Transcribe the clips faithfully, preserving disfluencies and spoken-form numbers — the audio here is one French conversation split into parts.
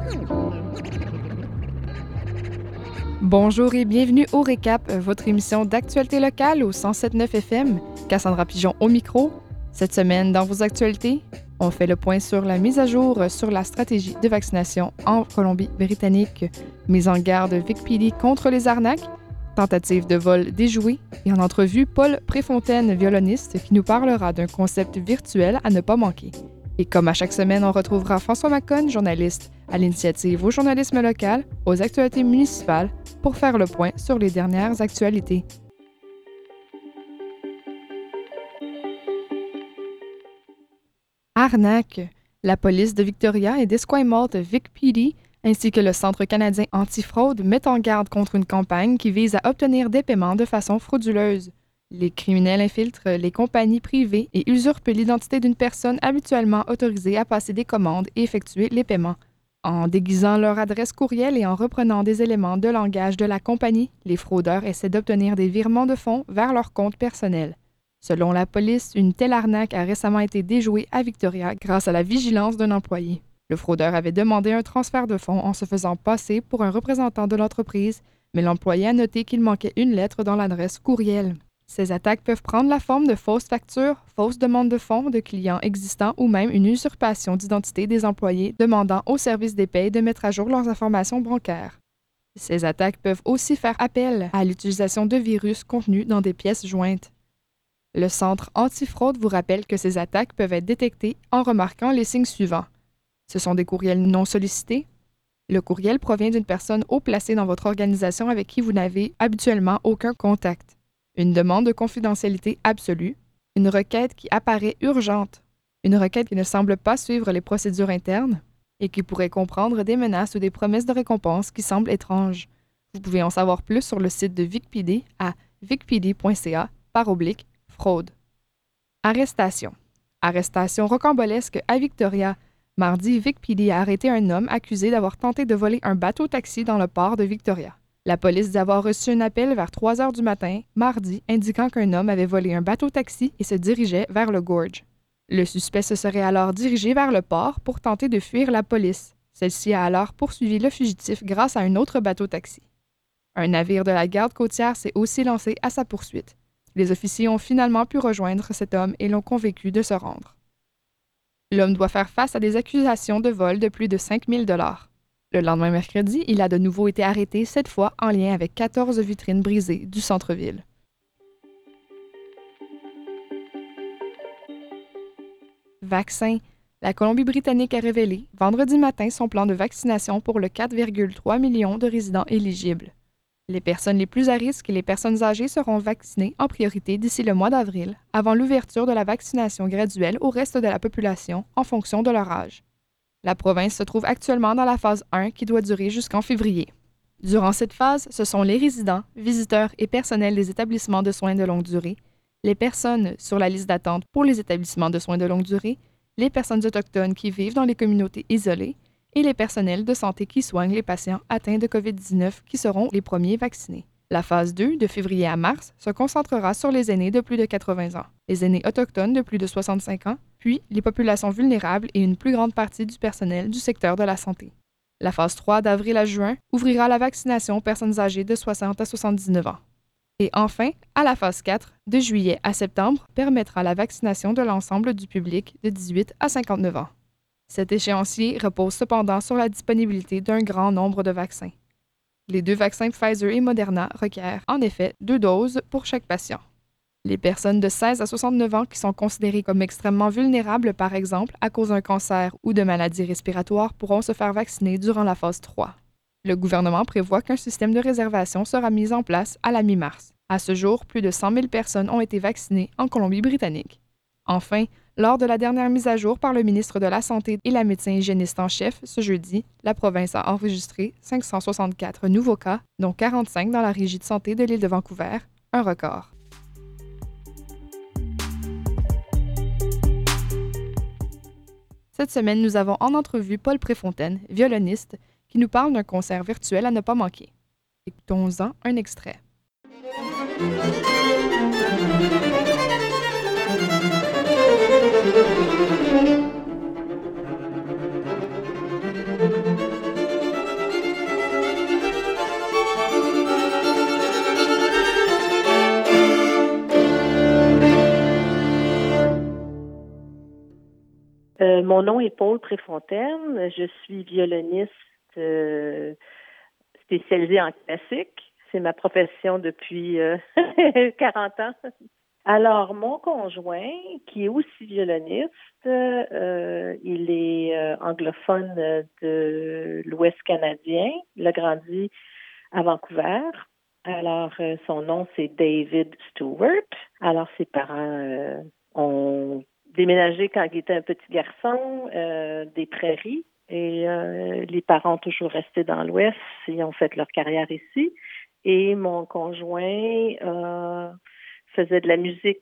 Bonjour et bienvenue au Récap, votre émission d'actualité locale au cent sept neuf F M. Cassandra Pigeon au micro. Cette semaine, dans vos actualités, on fait le point sur la mise à jour sur la stratégie de vaccination en Colombie-Britannique, mise en garde Vic P D contre les arnaques, tentative de vol déjouée et en entrevue, Paul Préfontaine, violoniste, qui nous parlera d'un concept virtuel à ne pas manquer. Et comme à chaque semaine, on retrouvera François Macon, journaliste à l'initiative au journalisme local, aux actualités municipales, pour faire le point sur les dernières actualités. Arnaque! La police de Victoria et d'Esquimalt Vic P D ainsi que le Centre canadien antifraude mettent en garde contre une campagne qui vise à obtenir des paiements de façon frauduleuse. Les criminels infiltrent les compagnies privées et usurpent l'identité d'une personne habituellement autorisée à passer des commandes et effectuer les paiements. En déguisant leur adresse courriel et en reprenant des éléments de langage de la compagnie, les fraudeurs essaient d'obtenir des virements de fonds vers leur compte personnel. Selon la police, une telle arnaque a récemment été déjouée à Victoria grâce à la vigilance d'un employé. Le fraudeur avait demandé un transfert de fonds en se faisant passer pour un représentant de l'entreprise, mais l'employé a noté qu'il manquait une lettre dans l'adresse courriel. Ces attaques peuvent prendre la forme de fausses factures, fausses demandes de fonds de clients existants ou même une usurpation d'identité des employés demandant au service des paies de mettre à jour leurs informations bancaires. Ces attaques peuvent aussi faire appel à l'utilisation de virus contenus dans des pièces jointes. Le Centre antifraude vous rappelle que ces attaques peuvent être détectées en remarquant les signes suivants. Ce sont des courriels non sollicités. Le courriel provient d'une personne haut placée dans votre organisation avec qui vous n'avez habituellement aucun contact. Une demande de confidentialité absolue. Une requête qui apparaît urgente. Une requête qui ne semble pas suivre les procédures internes et qui pourrait comprendre des menaces ou des promesses de récompense qui semblent étranges. Vous pouvez en savoir plus sur le site de Vic P D à vicpd point c a par oblique fraude. Arrestation. Arrestation rocambolesque à Victoria. Mardi, Vic P D a arrêté un homme accusé d'avoir tenté de voler un bateau-taxi dans le port de Victoria. La police dit avoir reçu un appel vers trois heures du matin, mardi, indiquant qu'un homme avait volé un bateau-taxi et se dirigeait vers le Gorge. Le suspect se serait alors dirigé vers le port pour tenter de fuir la police. Celle-ci a alors poursuivi le fugitif grâce à un autre bateau-taxi. Un navire de la garde côtière s'est aussi lancé à sa poursuite. Les officiers ont finalement pu rejoindre cet homme et l'ont convaincu de se rendre. L'homme doit faire face à des accusations de vol de plus de cinq mille dollars. Le lendemain mercredi, il a de nouveau été arrêté, cette fois en lien avec quatorze vitrines brisées du centre-ville. Vaccin. La Colombie-Britannique a révélé vendredi matin son plan de vaccination pour le quatre virgule trois millions de résidents éligibles. Les personnes les plus à risque et les personnes âgées seront vaccinées en priorité d'ici le mois d'avril, avant l'ouverture de la vaccination graduelle au reste de la population en fonction de leur âge. La province se trouve actuellement dans la phase un qui doit durer jusqu'en février. Durant cette phase, ce sont les résidents, visiteurs et personnels des établissements de soins de longue durée, les personnes sur la liste d'attente pour les établissements de soins de longue durée, les personnes autochtones qui vivent dans les communautés isolées, et les personnels de santé qui soignent les patients atteints de covid dix-neuf qui seront les premiers vaccinés. La phase deux, de février à mars, se concentrera sur les aînés de plus de quatre-vingts ans, les aînés autochtones de plus de soixante-cinq ans, puis les populations vulnérables et une plus grande partie du personnel du secteur de la santé. La phase trois, d'avril à juin, ouvrira la vaccination aux personnes âgées de soixante à soixante-dix-neuf ans. Et enfin, à la phase quatre, de juillet à septembre, permettra la vaccination de l'ensemble du public de dix-huit à cinquante-neuf ans. Cet échéancier repose cependant sur la disponibilité d'un grand nombre de vaccins. Les deux vaccins Pfizer et Moderna requièrent en effet deux doses pour chaque patient. Les personnes de seize à soixante-neuf ans qui sont considérées comme extrêmement vulnérables, par exemple, à cause d'un cancer ou de maladies respiratoires, pourront se faire vacciner durant la phase trois. Le gouvernement prévoit qu'un système de réservation sera mis en place à la mi-mars. À ce jour, plus de cent mille personnes ont été vaccinées en Colombie-Britannique. Enfin, lors de la dernière mise à jour par le ministre de la Santé et la médecin hygiéniste en chef, ce jeudi, la province a enregistré cinq cent soixante-quatre nouveaux cas, dont quarante-cinq dans la régie de santé de l'île de Vancouver, un record. Cette semaine, nous avons en entrevue Paul Préfontaine, violoniste, qui nous parle d'un concert virtuel à ne pas manquer. Écoutons-en un extrait. Euh, mon nom est Paul Préfontaine. Je suis violoniste euh, spécialisée en classique. C'est ma profession depuis euh, quarante ans. Alors, mon conjoint, qui est aussi violoniste, euh, il est euh, anglophone de l'Ouest canadien. Il a grandi à Vancouver. Alors, euh, son nom, c'est David Stewart. Alors, ses parents euh, ont déménagé quand il était un petit garçon euh, des prairies. Et euh, les parents ont toujours resté dans l'Ouest. Ils ont fait leur carrière ici. Et mon conjoint euh, faisait de la musique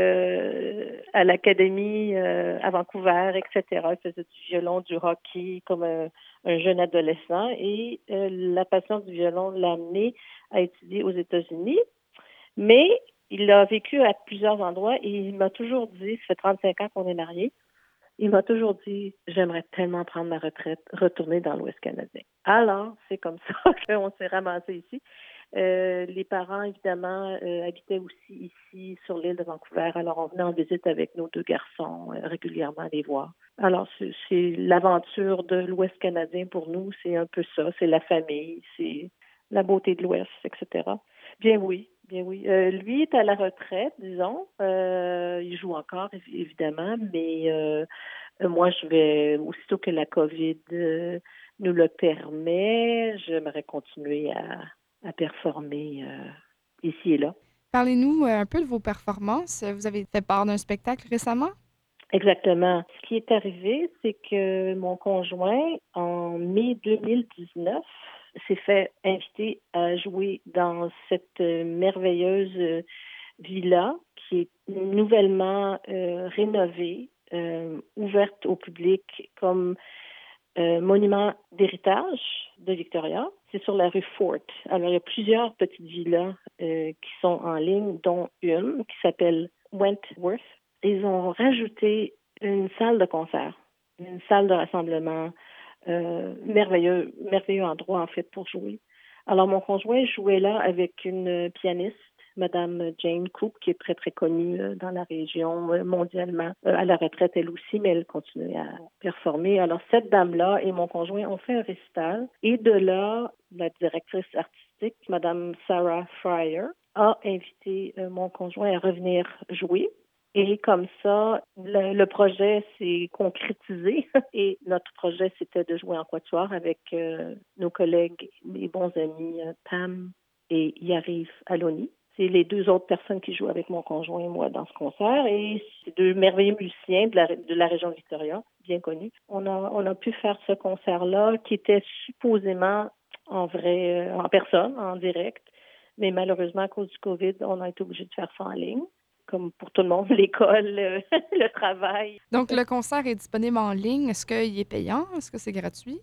euh, à l'académie euh, à Vancouver, et cetera. Il faisait du violon, du hockey comme un, un jeune adolescent. Et euh, la passion du violon l'a amené à étudier aux États-Unis. Mais il a vécu à plusieurs endroits et il m'a toujours dit, ça fait trente-cinq ans qu'on est mariés, il m'a toujours dit, j'aimerais tellement prendre ma retraite, retourner dans l'Ouest canadien. Alors, c'est comme ça qu'on s'est ramassé ici. Euh, les parents, évidemment, euh, habitaient aussi ici sur l'île de Vancouver. Alors, on venait en visite avec nos deux garçons euh, régulièrement les voir. Alors, c'est, c'est l'aventure de l'Ouest canadien pour nous. C'est un peu ça. C'est la famille, c'est la beauté de l'Ouest, et cetera. Bien oui, bien oui. Euh, lui est à la retraite, disons. Euh, il joue encore, évidemment, mais euh, moi, je vais, aussitôt que la COVID euh, nous le permet, j'aimerais continuer à, à performer euh, ici et là. Parlez-nous euh, un peu de vos performances. Vous avez fait part d'un spectacle récemment? Exactement. Ce qui est arrivé, c'est que mon conjoint, en mai deux mille dix-neuf, s'est fait inviter à jouer dans cette euh, merveilleuse euh, villa qui est nouvellement euh, rénovée, euh, ouverte au public comme euh, monument d'héritage de Victoria. C'est sur la rue Fort. Alors, il y a plusieurs petites villas euh, qui sont en ligne, dont une qui s'appelle Wentworth. Ils ont rajouté une salle de concert, une salle de rassemblement, euh, merveilleux, merveilleux endroit en fait pour jouer. Alors, mon conjoint jouait là avec une pianiste, Madame Jane Cook, qui est très, très connue euh, dans la région euh, mondialement, euh, à la retraite elle aussi, mais elle continue à performer. Alors, cette dame-là et mon conjoint ont fait un récital. Et de là, la directrice artistique, Madame Sarah Fryer, a invité euh, mon conjoint à revenir jouer. Et comme ça, le, le projet s'est concrétisé et notre projet, c'était de jouer en quatuor avec euh, nos collègues, mes bons amis euh, Pam et Yariv Aloni. C'est les deux autres personnes qui jouent avec mon conjoint et moi dans ce concert. Et c'est deux merveilleux musiciens de la, de la région de Victoria, bien connus. On a, on a pu faire ce concert-là qui était supposément en vrai, euh, en personne, en direct. Mais malheureusement, à cause du COVID, on a été obligé de faire ça en ligne comme pour tout le monde, l'école, le, le travail. Donc, le concert est disponible en ligne. Est-ce qu'il est payant? Est-ce que c'est gratuit?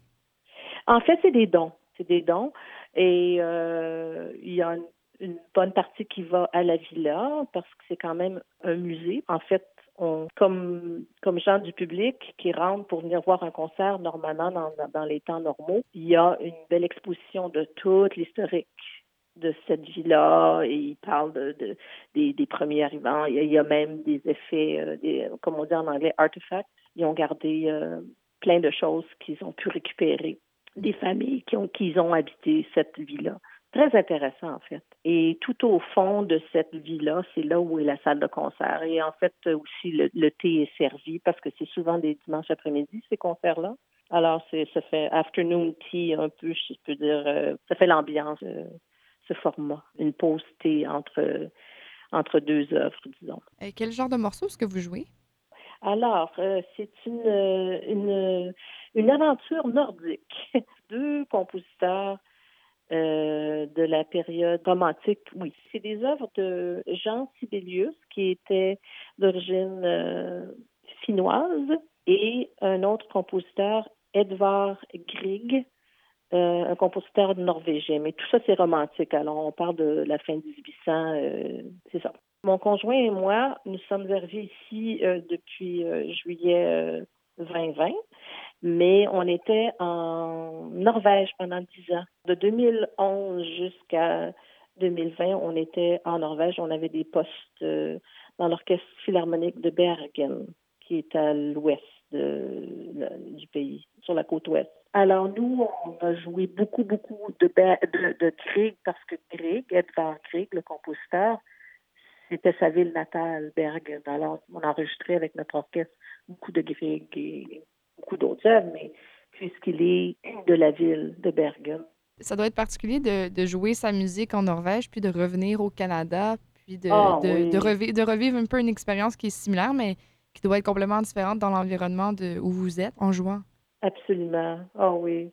En fait, c'est des dons. C'est des dons. Et euh, il y a une, une bonne partie qui va à la villa parce que c'est quand même un musée. En fait, on, comme, comme gens du public qui rentrent pour venir voir un concert normalement dans, dans les temps normaux, il y a une belle exposition de toute l'historique de cette villa et il parle de, de des, des premiers arrivants. Il y, a, il y a même des effets, euh, des, comme on dit en anglais, artifacts. Ils ont gardé euh, plein de choses qu'ils ont pu récupérer des familles qui ont, qui ont habité cette villa. Très intéressant, en fait. Et tout au fond de cette villa, c'est là où est la salle de concert. Et en fait, aussi, le, le thé est servi parce que c'est souvent des dimanches après-midi, ces concerts-là. Alors, c'est, ça fait afternoon tea un peu, je peux dire, euh, ça fait l'ambiance. Euh, ce format, une pause thé entre, entre deux œuvres, disons. Et quel genre de morceau est-ce que vous jouez? Alors, euh, c'est une, une, une aventure nordique. Deux compositeurs euh, de la période romantique, oui. C'est des œuvres de Jean Sibelius, qui était d'origine euh, finnoise, et un autre compositeur, Edvard Grieg, Euh, un compositeur norvégien. Mais tout ça, c'est romantique. Alors, on parle de la fin du dix-huit cents, euh, c'est ça. Mon conjoint et moi, nous sommes arrivés ici euh, depuis euh, juillet euh, vingt vingt, mais on était en Norvège pendant dix ans. De deux mille onze jusqu'à deux mille vingt, on était en Norvège. On avait des postes euh, dans l'Orchestre philharmonique de Bergen, qui est à l'ouest de, de- du pays, sur la côte ouest. Alors nous, on a joué beaucoup, beaucoup de, ba- de, de Grieg parce que Grieg, Edvard Grieg, le compositeur, c'était sa ville natale, Bergen. Alors on a enregistré avec notre orchestre beaucoup de Grieg et beaucoup d'autres œuvres, mais puisqu'il est de la ville de Bergen. Ça doit être particulier de, de jouer sa musique en Norvège, puis de revenir au Canada, puis de, Ah de, de, oui, revi- de revivre un peu une expérience qui est similaire, mais qui doit être complètement différente dans l'environnement de, où vous êtes en jouant. absolument. Ah oui.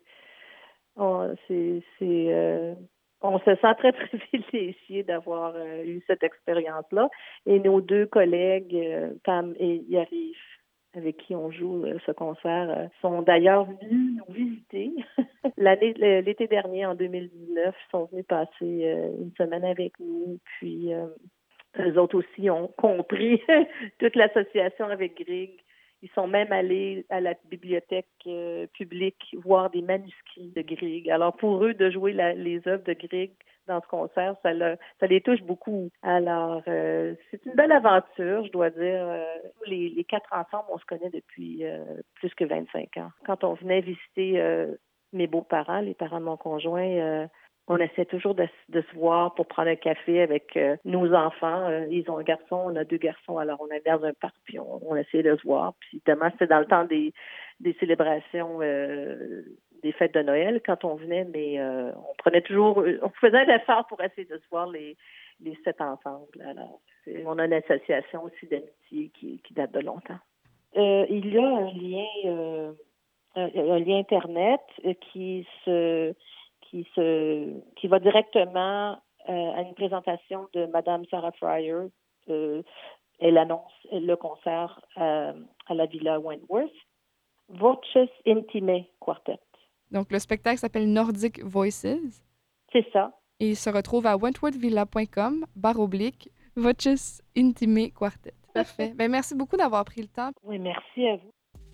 On, c'est, c'est, euh, on se sent très privilégié d'avoir euh, eu cette expérience-là. Et nos deux collègues, euh, Pam et Yarif, avec qui on joue euh, ce concert, euh, sont d'ailleurs venus nous visiter. L'année, l'été dernier, en deux mille dix-neuf, ils sont venus passer euh, une semaine avec nous. Puis, euh, eux autres aussi ont compris toute l'association avec Grieg. Ils sont même allés à la bibliothèque euh, publique voir des manuscrits de Grieg. Alors, pour eux, de jouer la, les œuvres de Grieg dans ce concert, ça, le, ça les touche beaucoup. Alors, euh, c'est une belle aventure, je dois dire. Euh, les, les quatre ensemble, on se connaît depuis euh, plus que vingt-cinq ans. Quand on venait visiter euh, mes beaux-parents, les parents de mon conjoint, euh, on essaie toujours de, de se voir pour prendre un café avec euh, nos enfants. Euh, ils ont un garçon, on a deux garçons, alors on est dans un parc, puis on, on essaie de se voir. Puis évidemment, c'était dans le temps des, des célébrations euh, des fêtes de Noël quand on venait, mais euh, on prenait toujours, on faisait un effort pour essayer de se voir les, les sept ensemble. Alors, c'est- on a une association aussi d'amitié qui, qui date de longtemps. Euh, il y a un lien, euh, un, un lien Internet euh, qui se qui se qui va directement euh, à une présentation de Madame Sarah Fryer. Euh, elle annonce le concert euh, à la Villa Wentworth. Voces Intime Quartet. Donc, le spectacle s'appelle Nordic Voices C'est ça. et il se retrouve à wentworthvilla point com, barre oblique, Voces Intime Quartet. Parfait. Ben, merci beaucoup d'avoir pris le temps. Oui, merci à vous.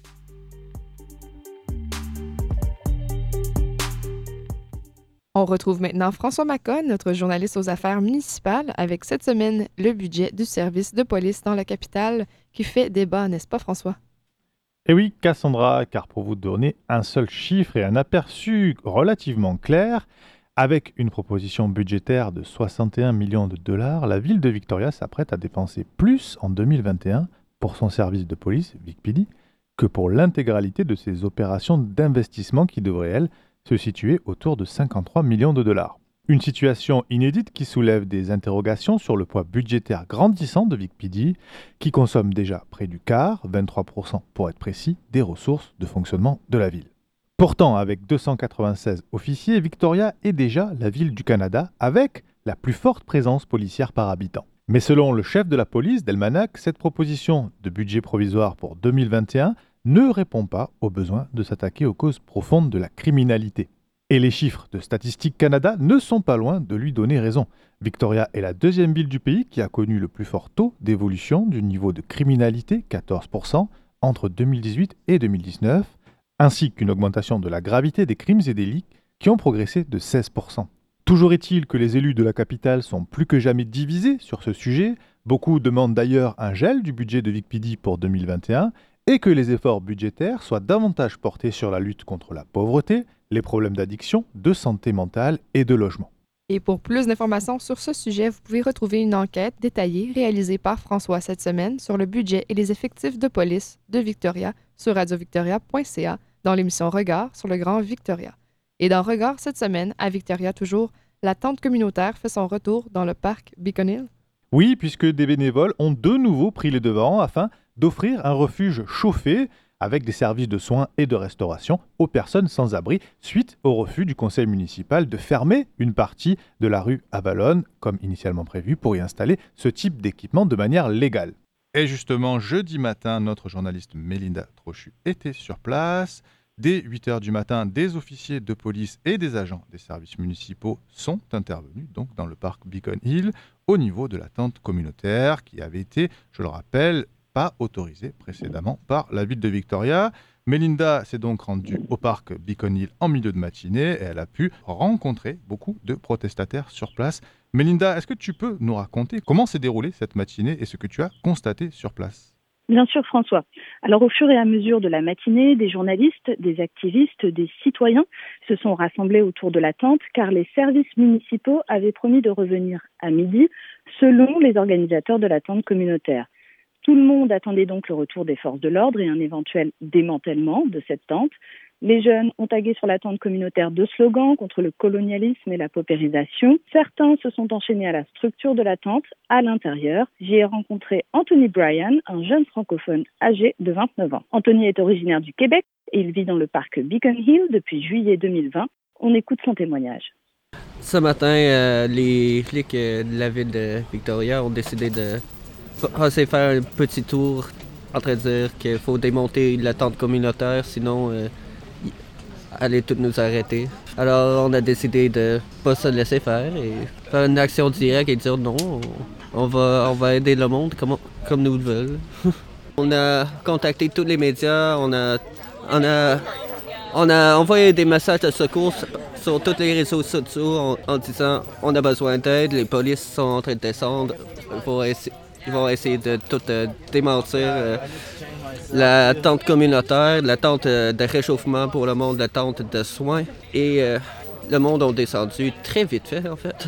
On retrouve maintenant François Macon, notre journaliste aux affaires municipales, avec cette semaine le budget du service de police dans la capitale qui fait débat, n'est-ce pas François? Et oui, Cassandra, car pour vous donner un seul chiffre et un aperçu relativement clair, avec une proposition budgétaire de soixante et un millions de dollars, la ville de Victoria s'apprête à dépenser plus en deux mille vingt et un pour son service de police, VicPD, que pour l'intégralité de ses opérations d'investissement qui devraient, elles, se situer autour de cinquante-trois millions de dollars. Une situation inédite qui soulève des interrogations sur le poids budgétaire grandissant de VicPD, qui consomme déjà près du quart, vingt-trois pour cent pour être précis, des ressources de fonctionnement de la ville. Pourtant, avec deux cent quatre-vingt-seize officiers, Victoria est déjà la ville du Canada avec la plus forte présence policière par habitant. Mais selon le chef de la police, Delmanac, cette proposition de budget provisoire pour deux mille vingt et un ne répond pas au besoin de s'attaquer aux causes profondes de la criminalité. Et les chiffres de Statistique Canada ne sont pas loin de lui donner raison. Victoria est la deuxième ville du pays qui a connu le plus fort taux d'évolution du niveau de criminalité, quatorze pour cent, entre deux mille dix-huit et deux mille dix-neuf, ainsi qu'une augmentation de la gravité des crimes et délits qui ont progressé de seize pour cent. Toujours est-il que les élus de la capitale sont plus que jamais divisés sur ce sujet. Beaucoup demandent d'ailleurs un gel du budget de VicPD pour deux mille vingt et un et que les efforts budgétaires soient davantage portés sur la lutte contre la pauvreté, les problèmes d'addiction, de santé mentale et de logement. Et pour plus d'informations sur ce sujet, vous pouvez retrouver une enquête détaillée réalisée par François cette semaine sur le budget et les effectifs de police de Victoria sur radio victoria point c a dans l'émission Regard sur le Grand Victoria. Et dans Regard cette semaine, à Victoria toujours, la tente communautaire fait son retour dans le parc Beacon Hill. Oui, puisque des bénévoles ont de nouveau pris les devants afin d'offrir un refuge chauffé avec des services de soins et de restauration aux personnes sans abri suite au refus du conseil municipal de fermer une partie de la rue Avalon, comme initialement prévu, pour y installer ce type d'équipement de manière légale. Et justement, jeudi matin, notre journaliste Mélinda Trochu était sur place. Dès huit heures du matin, des officiers de police et des agents des services municipaux sont intervenus donc dans le parc Beacon Hill au niveau de la tente communautaire qui avait été, je le rappelle, pas autorisée précédemment par la ville de Victoria. Mélinda s'est donc rendue au parc Beacon Hill en milieu de matinée et elle a pu rencontrer beaucoup de protestataires sur place. Mélinda, est-ce que tu peux nous raconter comment s'est déroulée cette matinée et ce que tu as constaté sur place ? Bien sûr, François. Alors, au fur et à mesure de la matinée, des journalistes, des activistes, des citoyens se sont rassemblés autour de la tente car les services municipaux avaient promis de revenir à midi, selon les organisateurs de la tente communautaire. Tout le monde attendait donc le retour des forces de l'ordre et un éventuel démantèlement de cette tente. Les jeunes ont tagué sur la tente communautaire deux slogans contre le colonialisme et la paupérisation. Certains se sont enchaînés à la structure de la tente, à l'intérieur. J'y ai rencontré Anthony Bryan, un jeune francophone âgé de vingt-neuf ans. Anthony est originaire du Québec et il vit dans le parc Beacon Hill depuis juillet deux mille vingt. On écoute son témoignage. Ce matin, euh, les flics euh, de la ville de Victoria ont décidé de passer faire un petit tour en train de dire qu'il faut démonter la tente communautaire, sinon euh, allez tous nous arrêter. Alors on a décidé de pas se laisser faire et faire une action directe et dire non, on va, on va aider le monde comme, comme nous le veulent. On a contacté tous les médias, on a, on a, on a envoyé des messages de secours sur tous les réseaux sociaux en, en disant on a besoin d'aide, les polices sont en train de descendre, il faut essayer. Ils vont essayer de tout euh, démentir. Euh, la tente communautaire, la tente euh, de réchauffement pour le monde, la tente de soins. Et euh, le monde a descendu très vite fait, en fait.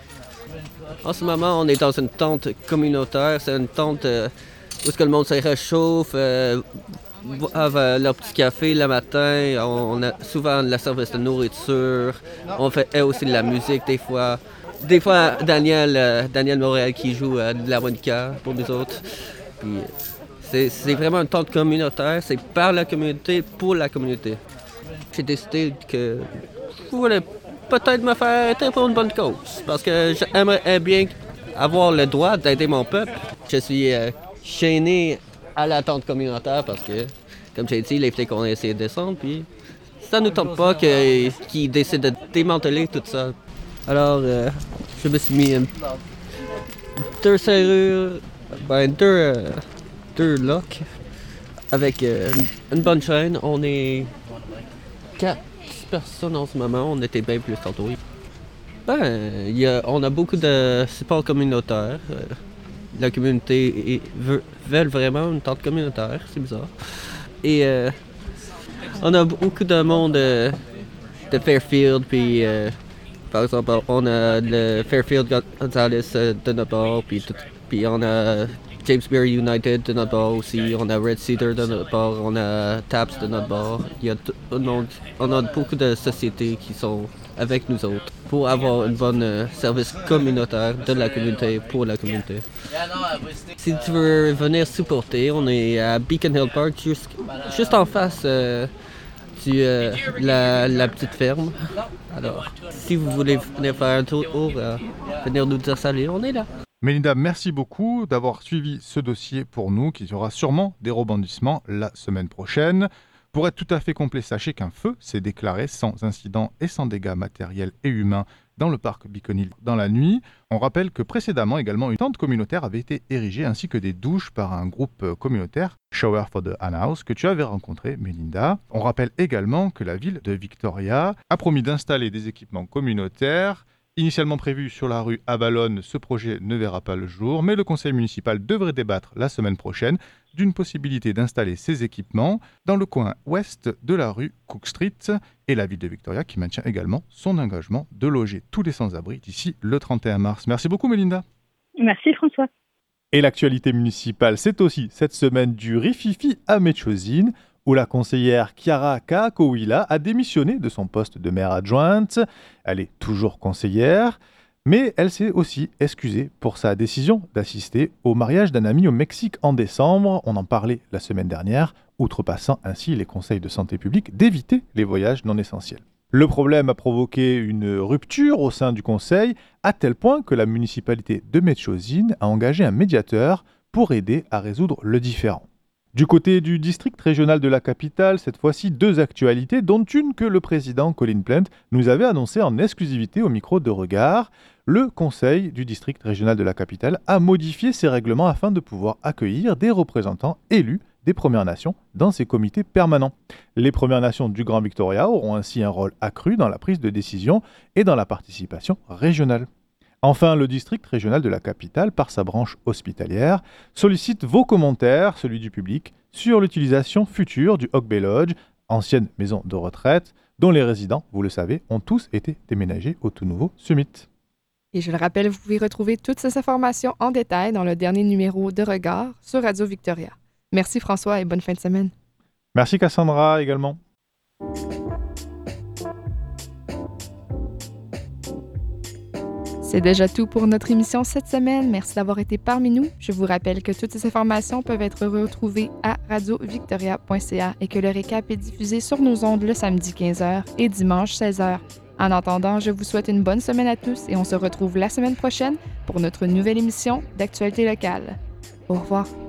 En ce moment, on est dans une tente communautaire. C'est une tente euh, où ce que le monde se réchauffe, euh, boivent leur petit café le matin. On, on a souvent le service de nourriture. On fait aussi de la musique des fois. Des fois, Daniel, euh, Daniel Montréal qui joue euh, de l'harmonica pour nous autres. Puis, c'est, c'est vraiment une tente communautaire, c'est par la communauté, pour la communauté. J'ai décidé que je voulais peut-être me faire arrêter pour une bonne cause, parce que j'aimerais bien avoir le droit d'aider mon peuple. Je suis euh, chaîné à la tente communautaire parce que, comme j'ai dit, les flics ont essayé de descendre, puis ça nous tente pas que, qu'ils décident de démanteler tout ça. Alors, euh, je me suis mis une, deux serrures, ben deux, euh, deux locks avec euh, une, une bonne chaîne. On est quatre personnes en ce moment, on était bien plus tantôt. Ben, y a, on a beaucoup de support communautaire. Euh, la communauté est, veut, veut vraiment une tente communautaire, c'est bizarre. Et euh, on a beaucoup de monde euh, de Fairfield, puis... Euh, Par exemple, on a le Fairfield Gonzalez de notre bord, puis, tout, puis on a James Berry United de notre bord aussi, on a Red Cedar de notre bord, on a Taps de notre bord. Il y a tout le monde, on a beaucoup de sociétés qui sont avec nous autres pour avoir un bon euh, service communautaire de la communauté pour la communauté. Si tu veux venir supporter, on est à Beacon Hill Park, juste, juste en face euh, du, euh, la, la petite ferme. Alors, si vous voulez venir faire un tour, euh, venir nous dire salut, on est là. Mélinda, merci beaucoup d'avoir suivi ce dossier pour nous, qui aura sûrement des rebondissements la semaine prochaine. Pour être tout à fait complet, sachez qu'un feu s'est déclaré sans incident et sans dégâts matériels et humains dans le parc Beacon Hill dans la nuit. On rappelle que précédemment également une tente communautaire avait été érigée ainsi que des douches par un groupe communautaire, Shower for the Unhoused, que tu avais rencontré, Mélinda. On rappelle également que la ville de Victoria a promis d'installer des équipements communautaires. Initialement prévu sur la rue Avalon, ce projet ne verra pas le jour, mais le conseil municipal devrait débattre la semaine prochaine d'une possibilité d'installer ces équipements dans le coin ouest de la rue Cook Street, et la ville de Victoria qui maintient également son engagement de loger tous les sans-abri d'ici le trente et un mars. Merci beaucoup Mélinda. Merci François. Et l'actualité municipale, c'est aussi cette semaine du Rififi à Metchosin, où la conseillère Chiara Kaakowila a démissionné de son poste de maire adjointe. Elle est toujours conseillère, mais elle s'est aussi excusée pour sa décision d'assister au mariage d'un ami au Mexique en décembre. On en parlait la semaine dernière, outrepassant ainsi les conseils de santé publique d'éviter les voyages non essentiels. Le problème a provoqué une rupture au sein du conseil, à tel point que la municipalité de Metchosin a engagé un médiateur pour aider à résoudre le différend. Du côté du district régional de la capitale, cette fois-ci deux actualités, dont une que le président Colin Plent nous avait annoncée en exclusivité au micro de Regard. Le conseil du district régional de la capitale a modifié ses règlements afin de pouvoir accueillir des représentants élus des Premières Nations dans ses comités permanents. Les Premières Nations du Grand Victoria auront ainsi un rôle accru dans la prise de décision et dans la participation régionale. Enfin, le district régional de la capitale, par sa branche hospitalière, sollicite vos commentaires, celui du public, sur l'utilisation future du Oak Bay Lodge, ancienne maison de retraite, dont les résidents, vous le savez, ont tous été déménagés au tout nouveau Summit. Et je le rappelle, vous pouvez retrouver toutes ces informations en détail dans le dernier numéro de Regard sur Radio Victoria. Merci François et bonne fin de semaine. Merci Cassandra également. C'est déjà tout pour notre émission cette semaine. Merci d'avoir été parmi nous. Je vous rappelle que toutes ces informations peuvent être retrouvées à radio victoria point c a et que le récap est diffusé sur nos ondes le samedi quinze heures et dimanche seize heures. En attendant, je vous souhaite une bonne semaine à tous et on se retrouve la semaine prochaine pour notre nouvelle émission d'actualité locale. Au revoir.